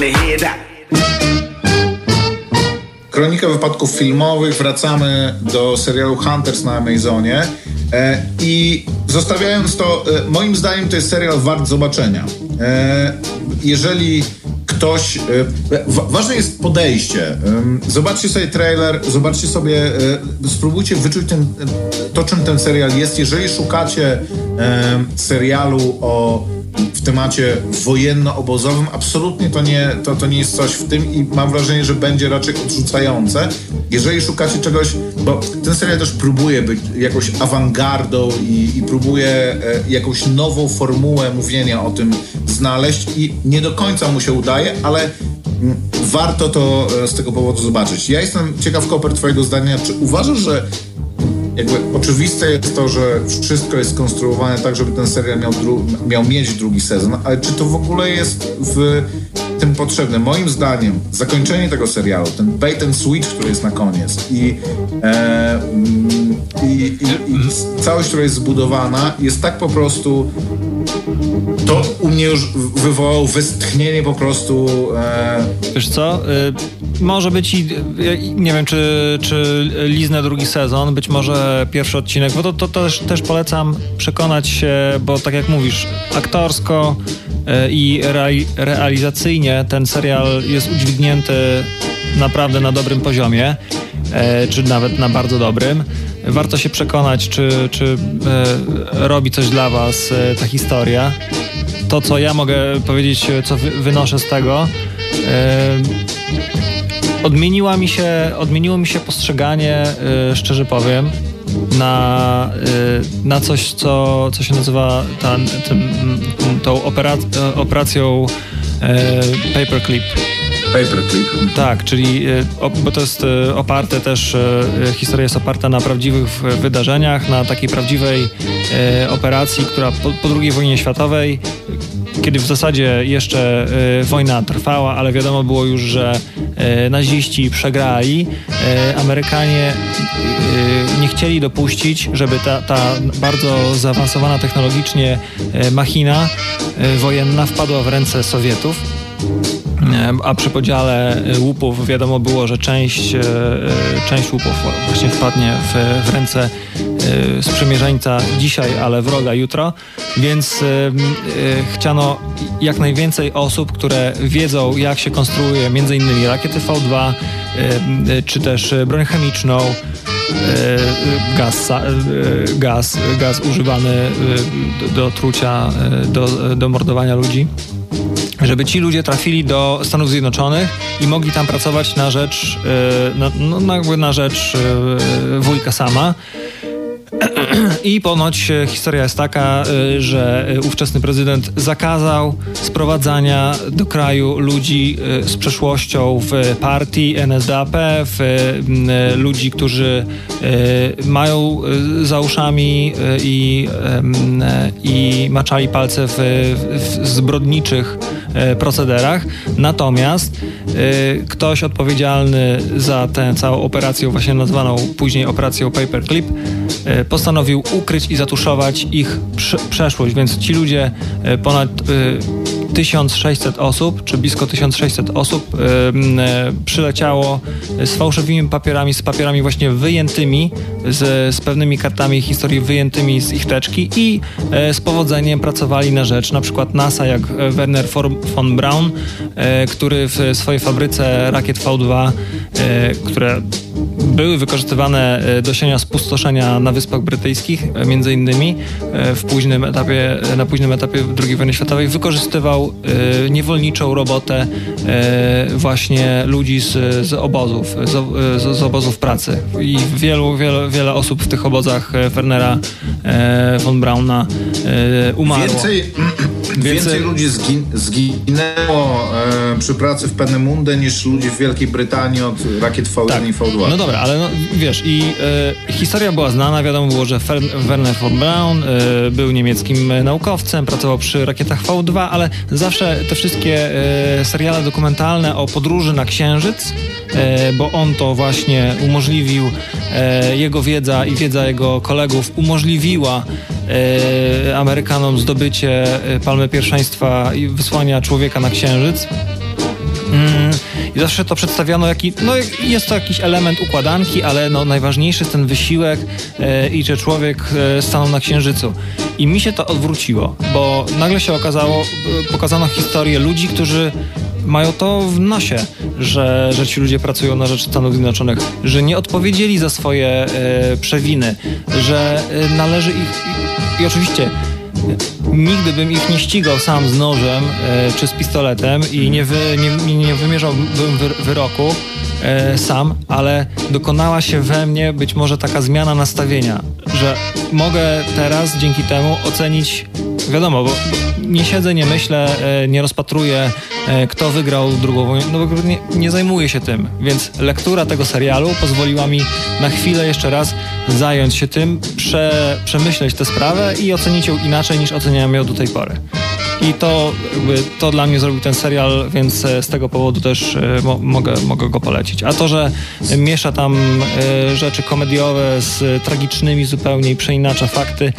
[SPEAKER 2] Kronika wypadków filmowych, wracamy do serialu Hunters na Amazonie e, i zostawiając to, e, moim zdaniem to jest serial wart zobaczenia. E, jeżeli ktoś... E, w, ważne jest podejście. E, zobaczcie sobie trailer, zobaczcie sobie, e, spróbujcie wyczuć ten, to, czym ten serial jest. Jeżeli szukacie e, serialu o w temacie wojenno-obozowym, absolutnie to nie, to, to nie jest coś w tym i mam wrażenie, że będzie raczej odrzucające. Jeżeli szukacie czegoś, bo ten serial też próbuje być jakąś awangardą i, i próbuje e, jakąś nową formułę mówienia o tym znaleźć i nie do końca mu się udaje, ale m, warto to e, z tego powodu zobaczyć. Ja jestem ciekaw, Koper, twojego zdania. Czy uważasz, że jakby oczywiste jest to, że wszystko jest skonstruowane tak, żeby ten serial miał, dru- miał mieć drugi sezon, ale czy to w ogóle jest w tym potrzebne? Moim zdaniem zakończenie tego serialu, ten bait and switch, który jest na koniec i, e, i, i, i całość, która jest zbudowana, jest tak po prostu... To u mnie już wywołało westchnienie po prostu... E...
[SPEAKER 3] Wiesz co? Y, może być i... Nie wiem, czy, czy liznę drugi sezon, być może pierwszy odcinek, bo to, to też, też polecam przekonać się, bo tak jak mówisz, aktorsko y, i re- realizacyjnie ten serial jest udźwignięty naprawdę na dobrym poziomie, y, czy nawet na bardzo dobrym. Warto się przekonać, czy, czy y, robi coś dla was y, ta historia. To, co ja mogę powiedzieć, co wy, wynoszę z tego, yy, odmieniła mi się, odmieniło mi się postrzeganie, yy, szczerze powiem, na, yy, na coś, co, co się nazywa ta, tym, tą operac- operacją yy, Paperclip.
[SPEAKER 2] Paperclip.
[SPEAKER 3] Tak, czyli, bo to jest oparte też, historia jest oparta na prawdziwych wydarzeniach, na takiej prawdziwej operacji, która po, po drugiej wojnie światowej, kiedy w zasadzie jeszcze wojna trwała, ale wiadomo było już, że naziści przegrali, Amerykanie nie chcieli dopuścić, żeby ta, ta bardzo zaawansowana technologicznie machina wojenna wpadła w ręce Sowietów. A przy podziale łupów wiadomo było, że część, część łupów właśnie wpadnie w, w ręce sprzymierzeńca dzisiaj, ale wroga jutro, więc chciano jak najwięcej osób, które wiedzą, jak się konstruuje między innymi rakiety V dwa, czy też broń chemiczną, gaz, gaz, gaz używany do, do trucia, do, do mordowania ludzi, żeby ci ludzie trafili do Stanów Zjednoczonych i mogli tam pracować na rzecz, na, no, jakby na rzecz wujka Sama. I ponoć historia jest taka, że ówczesny prezydent zakazał sprowadzania do kraju ludzi z przeszłością w partii N S D A P, w ludzi, którzy mają za uszami i, i maczali palce w, w zbrodniczych procederach. Natomiast ktoś odpowiedzialny za tę całą operację, właśnie nazwaną później operacją Paperclip, postanowił ukryć i zatuszować ich prze- przeszłość, więc ci ludzie, ponad y, tysiąc sześćset osób, czy blisko tysiąc sześćset osób y, y, przyleciało z fałszywymi papierami, z papierami właśnie wyjętymi, z, z pewnymi kartami historii wyjętymi z ich teczki i y, z powodzeniem pracowali na rzecz na przykład NASA, jak Werner von Braun, y, który w swojej fabryce rakiet V dwa, y, które były wykorzystywane do siania spustoszenia na Wyspach Brytyjskich, między innymi w późnym etapie, na późnym etapie drugiej wojny światowej, wykorzystywał e, niewolniczą robotę e, właśnie ludzi z, z obozów, z, z obozów pracy. I wielu, wiele, wiele osób w tych obozach Wernera e, von Brauna e, umarło.
[SPEAKER 2] Więcej, więcej, więcej ludzi zgin, zginęło e, przy pracy w Peenemunde niż ludzi w Wielkiej Brytanii od rakiet V jeden tak. i V dwa.
[SPEAKER 3] No dobra, ale no, wiesz, i e, historia była znana, wiadomo było, że Fer- Werner von Braun e, był niemieckim naukowcem, pracował przy rakietach V dwa, ale zawsze te wszystkie e, seriale dokumentalne o podróży na Księżyc, e, bo on to właśnie umożliwił, e, jego wiedza i wiedza jego kolegów umożliwiła e, Amerykanom zdobycie Palmy Pierwszeństwa i wysłania człowieka na Księżyc. I zawsze to przedstawiano, jaki, no jest to jakiś element układanki, ale no najważniejszy jest ten wysiłek e, i że człowiek e, stanął na Księżycu. I mi się to odwróciło, bo nagle się okazało, e, pokazano historię ludzi, którzy mają to w nosie, że, że ci ludzie pracują na rzecz Stanów Zjednoczonych, że nie odpowiedzieli za swoje e, przewiny, że e, należy ich... I, i oczywiście nigdy bym ich nie ścigał sam z nożem e, czy z pistoletem i nie, wy, nie, nie wymierzałbym wy, wyroku e, sam, ale dokonała się we mnie być może taka zmiana nastawienia, że mogę teraz dzięki temu ocenić, wiadomo, bo, bo nie siedzę, nie myślę, e, nie rozpatruję, e, kto wygrał drugą wojnę, no bo nie, nie zajmuję się tym, więc lektura tego serialu pozwoliła mi na chwilę jeszcze raz zająć się tym, prze, przemyśleć tę sprawę i ocenić ją inaczej niż oceniałem ją do tej pory. I to, jakby, to dla mnie zrobił ten serial, więc z tego powodu też e, mo, mogę, mogę go polecić. A to, że miesza tam e, rzeczy komediowe z tragicznymi zupełnie i przeinacza fakty,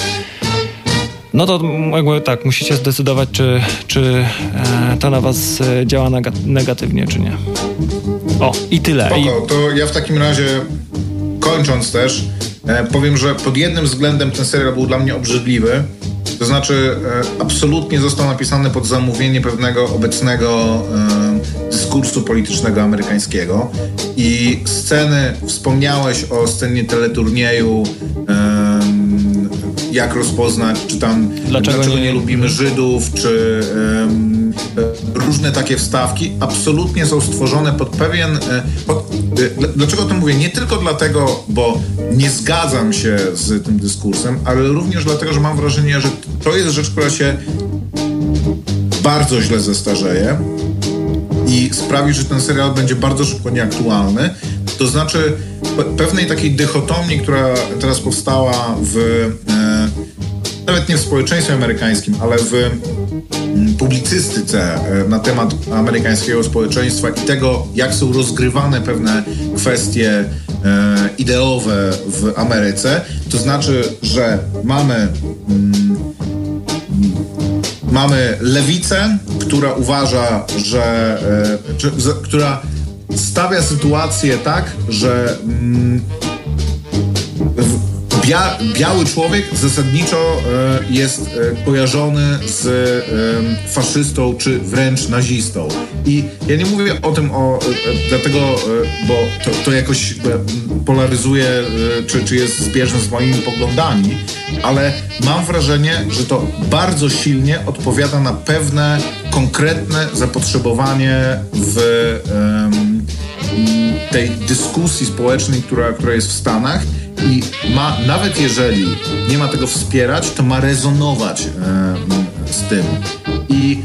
[SPEAKER 3] no to jakby tak, musicie zdecydować, czy, czy e, to na was działa negatywnie, czy nie. O, i tyle.
[SPEAKER 2] Spoko, to ja w takim razie, kończąc też, e, powiem, że pod jednym względem ten serial był dla mnie obrzydliwy. To znaczy e, absolutnie został napisany pod zamówienie pewnego obecnego e, dyskursu politycznego amerykańskiego. I sceny, wspomniałeś o scenie teleturnieju, e, jak rozpoznać, czy tam dlaczego, dlaczego nie... nie lubimy Żydów, czy um, różne takie wstawki absolutnie są stworzone pod pewien... Pod, dlaczego o tym mówię? Nie tylko dlatego, bo nie zgadzam się z tym dyskursem, ale również dlatego, że mam wrażenie, że to jest rzecz, która się bardzo źle zestarzeje i sprawi, że ten serial będzie bardzo szybko nieaktualny. To znaczy pewnej takiej dychotomii, która teraz powstała w e, nawet nie w społeczeństwie amerykańskim, ale w m, publicystyce e, na temat amerykańskiego społeczeństwa i tego, jak są rozgrywane pewne kwestie e, ideowe w Ameryce. To znaczy, że mamy mm, mamy lewicę, która uważa, że e, czy, z, która stawia sytuację tak, że mm, bia, biały człowiek zasadniczo e, jest e, kojarzony z e, faszystą czy wręcz nazistą. I ja nie mówię o tym o, e, dlatego, e, bo to, to jakoś e, polaryzuje, e, czy, czy jest zbieżne z moimi poglądami, ale mam wrażenie, że to bardzo silnie odpowiada na pewne konkretne zapotrzebowanie w um, tej dyskusji społecznej, która, która jest w Stanach i ma, nawet jeżeli nie ma tego wspierać, to ma rezonować um, z tym. I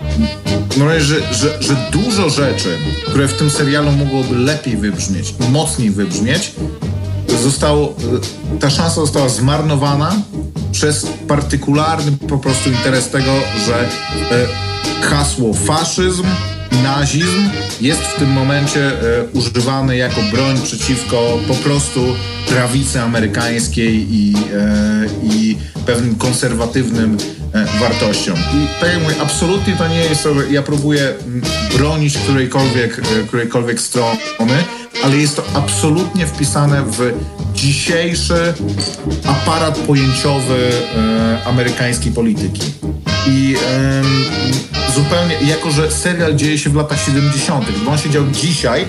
[SPEAKER 2] mówię, że, że, że dużo rzeczy, które w tym serialu mogłoby lepiej wybrzmieć, mocniej wybrzmieć, zostało, ta szansa została zmarnowana przez partykularny po prostu interes tego, że e, hasło faszyzm, nazizm jest w tym momencie e, używane jako broń przeciwko po prostu prawicy amerykańskiej i, e, i pewnym konserwatywnym e, wartościom. I tak jak mówię, absolutnie to nie jest to, że ja próbuję bronić którejkolwiek, e, którejkolwiek strony, ale jest to absolutnie wpisane w dzisiejszy aparat pojęciowy e, amerykańskiej polityki. I e, zupełnie, jako że serial dzieje się w latach siedemdziesiątych, bo on się dział dzisiaj,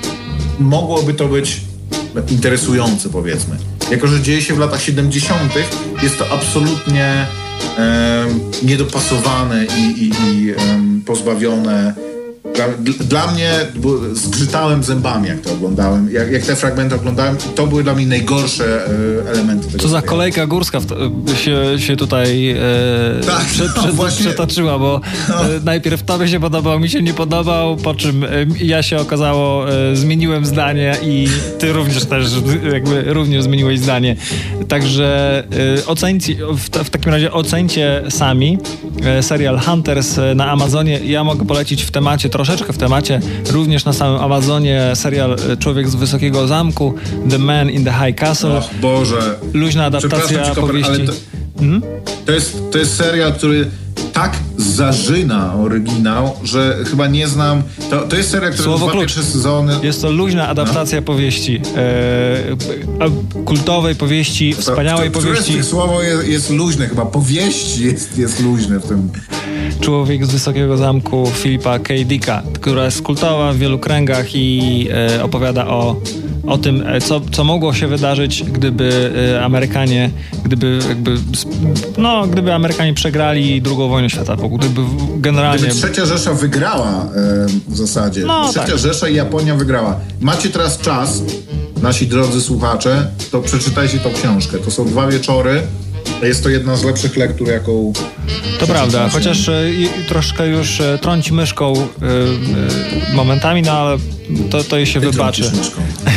[SPEAKER 2] mogłoby to być interesujące, powiedzmy. Jako że dzieje się w latach siedemdziesiątych, jest to absolutnie e, niedopasowane i, i, i e, pozbawione. Dla, dla mnie, bo zgrzytałem zębami, jak to oglądałem, jak, jak te fragmenty oglądałem, to były dla mnie najgorsze e, elementy tego.
[SPEAKER 3] Co za kolejka górska w to, się, się tutaj e,
[SPEAKER 2] tak,
[SPEAKER 3] prze,
[SPEAKER 2] no,
[SPEAKER 3] prze,
[SPEAKER 2] właśnie.
[SPEAKER 3] przetoczyła, bo no. e, najpierw tobie się podobał, mi się nie podobał, po czym e, ja się okazało, e, zmieniłem zdanie i ty również też jakby również zmieniłeś zdanie. Także e, oceńcie, w, w takim razie oceńcie sami e, serial Hunters na Amazonie. Ja mogę polecić w temacie troszeczkę w temacie, również na samym Amazonie serial Człowiek z Wysokiego Zamku, The Man in the High Castle.
[SPEAKER 2] Och Boże.
[SPEAKER 3] Luźna adaptacja
[SPEAKER 2] ci,
[SPEAKER 3] powieści.
[SPEAKER 2] ale to, hmm? to, jest, to jest serial, który tak zarzyna oryginał, że chyba nie znam... To, to jest seria, która
[SPEAKER 3] Słowo
[SPEAKER 2] dwa
[SPEAKER 3] klucz.
[SPEAKER 2] pierwsze sezony...
[SPEAKER 3] Jest to luźna adaptacja no. powieści. E, kultowej powieści, wspaniałej
[SPEAKER 2] to,
[SPEAKER 3] powieści.
[SPEAKER 2] Które słowo jest, jest luźne, chyba powieści jest, jest luźne w tym...
[SPEAKER 3] Człowiek z Wysokiego Zamku Philipa K. Dicka, która jest kultowa w wielu kręgach i e, opowiada o, o tym, co, co mogło się wydarzyć, gdyby e, Amerykanie, gdyby jakby, no, gdyby Amerykanie przegrali drugą wojnę światową, gdyby generalnie...
[SPEAKER 2] Gdyby Trzecia Rzesza wygrała e, w zasadzie.
[SPEAKER 3] No,
[SPEAKER 2] Trzecia
[SPEAKER 3] tak.
[SPEAKER 2] Rzesza i Japonia wygrała. Macie teraz czas, nasi drodzy słuchacze, to przeczytajcie tą książkę. To są dwa wieczory. Jest to jedna z lepszych lektur, jaką...
[SPEAKER 3] To prawda, chociaż y, troszkę już y, trąci myszką y, y, momentami, no ale to, to jej się
[SPEAKER 2] Ty
[SPEAKER 3] wybaczy.
[SPEAKER 2] myszką.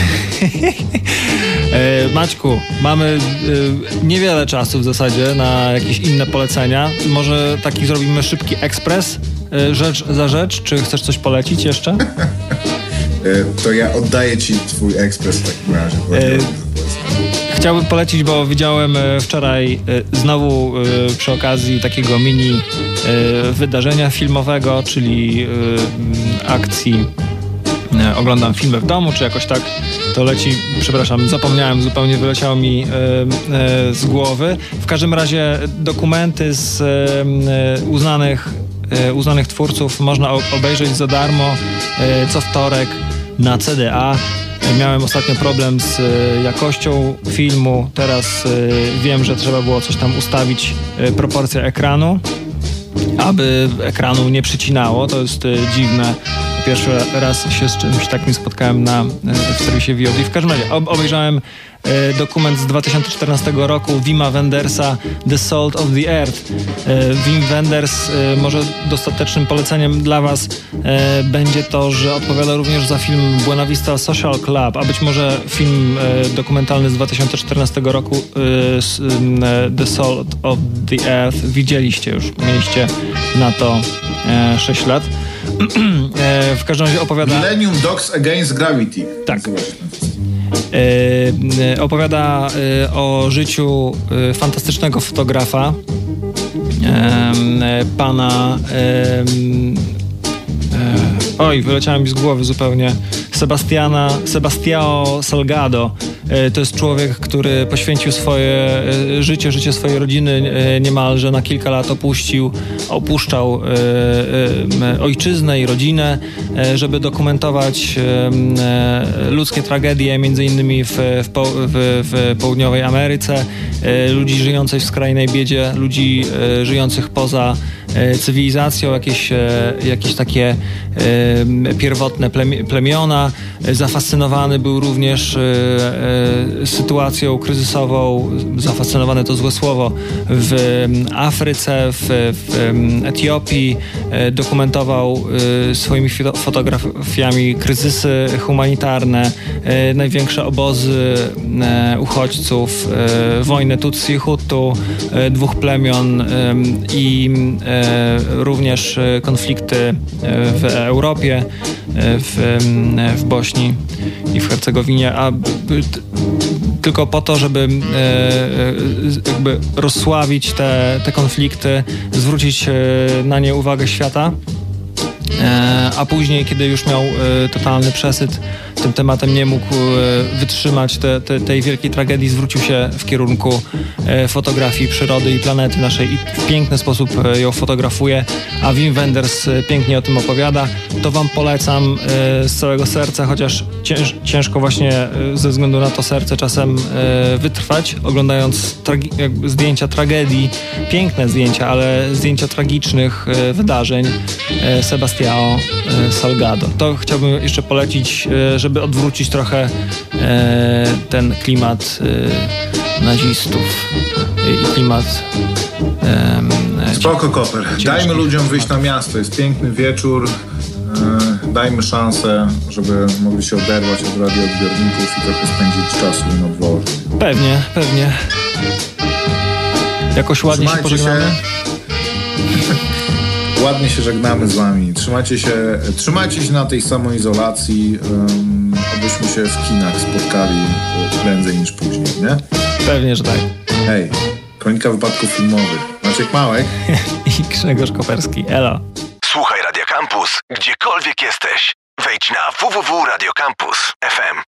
[SPEAKER 3] e, Maćku, mamy y, niewiele czasu w zasadzie na jakieś inne polecenia. Może taki zrobimy szybki ekspres, y, rzecz za rzecz. Czy chcesz coś polecić jeszcze?
[SPEAKER 2] e, to ja oddaję ci twój ekspres w takim razie.
[SPEAKER 3] E, Chciałbym polecić, bo widziałem wczoraj znowu przy okazji takiego mini wydarzenia filmowego, czyli akcji Oglądam filmy w domu, czy jakoś tak to leci, przepraszam, zapomniałem, zupełnie wyleciało mi z głowy. W każdym razie dokumenty z uznanych, uznanych twórców można obejrzeć za darmo co wtorek na C D A. Miałem ostatnio problem z jakością filmu, teraz wiem, że trzeba było coś tam ustawić, proporcję ekranu, aby ekranu nie przycinało. To jest dziwne. Pierwszy raz się z czymś takim spotkałem na, w serwisie V O D. W każdym razie obejrzałem dokument z dwa tysiące czternastego roku Wima Wendersa The Salt of the Earth. Wim Wenders, może dostatecznym poleceniem dla was będzie to, że odpowiada również za film Buena Vista Social Club, a być może film dokumentalny z dwa tysiące czternastego roku The Salt of the Earth widzieliście już, mieliście na to sześć lat. W każdym razie opowiada...
[SPEAKER 2] Millennium Dogs Against Gravity.
[SPEAKER 3] Tak. E, opowiada e, o życiu e, fantastycznego fotografa, e, pana e, e, oj, wyleciałem mi z głowy zupełnie, Sebastiana, Sebastião Salgado. E, to jest człowiek, który poświęcił swoje e, życie, życie swojej rodziny e, niemalże na kilka lat opuścił, opuszczał e, e, ojczyznę i rodzinę, e, żeby dokumentować e, e, ludzkie tragedie, między innymi w, w, po, w, w południowej Ameryce, e, ludzi żyjących w skrajnej biedzie, ludzi e, żyjących poza e, cywilizacją, jakieś, e, jakieś takie e, pierwotne plemiona. Zafascynowany był również e, sytuacją kryzysową, zafascynowany to złe słowo, w Afryce, w, w Etiopii. Dokumentował swoimi fotografiami kryzysy humanitarne, największe obozy uchodźców, wojnę Tutsi i Hutu, dwóch plemion i również konflikty w Europie, w, w Bośni i w Hercegowinie, a tylko po to, żeby jakby rozsławić te, te konflikty, zwrócić na nie uwagę świata, a później, kiedy już miał totalny przesyt tym tematem, nie mógł wytrzymać te, te, tej wielkiej tragedii, zwrócił się w kierunku fotografii przyrody i planety naszej i w piękny sposób ją fotografuje, a Wim Wenders pięknie o tym opowiada. To wam polecam z całego serca, chociaż cięż, ciężko właśnie ze względu na to serce czasem wytrwać, oglądając tragi- jakby zdjęcia tragedii, piękne zdjęcia, ale zdjęcia tragicznych wydarzeń Sebastião Salgado. To chciałbym jeszcze polecić, żeby odwrócić trochę ten klimat nazistów i klimat...
[SPEAKER 2] Spoko, Koper. Dajmy ludziom wyjść na miasto. Jest piękny wieczór. Dajmy szansę, żeby mogli się oderwać od radioodbiorników i trochę spędzić czasu na dworze.
[SPEAKER 3] Pewnie, pewnie. Jakoś ładnie Trzymajcie się pożegnamy.
[SPEAKER 2] Się. Ładnie się żegnamy z wami. Trzymajcie się, trzymajcie się na tej samoizolacji, um, abyśmy się w kinach spotkali prędzej niż później, nie?
[SPEAKER 3] Pewnie, że tak.
[SPEAKER 2] Hej, Kronika Wypadków Filmowych. Maciek Małek
[SPEAKER 3] i Grzegorz Koperski. Elo.
[SPEAKER 1] Słuchaj Radio Campus, gdziekolwiek jesteś. Wejdź na w w w kropka radio campus kropka f m.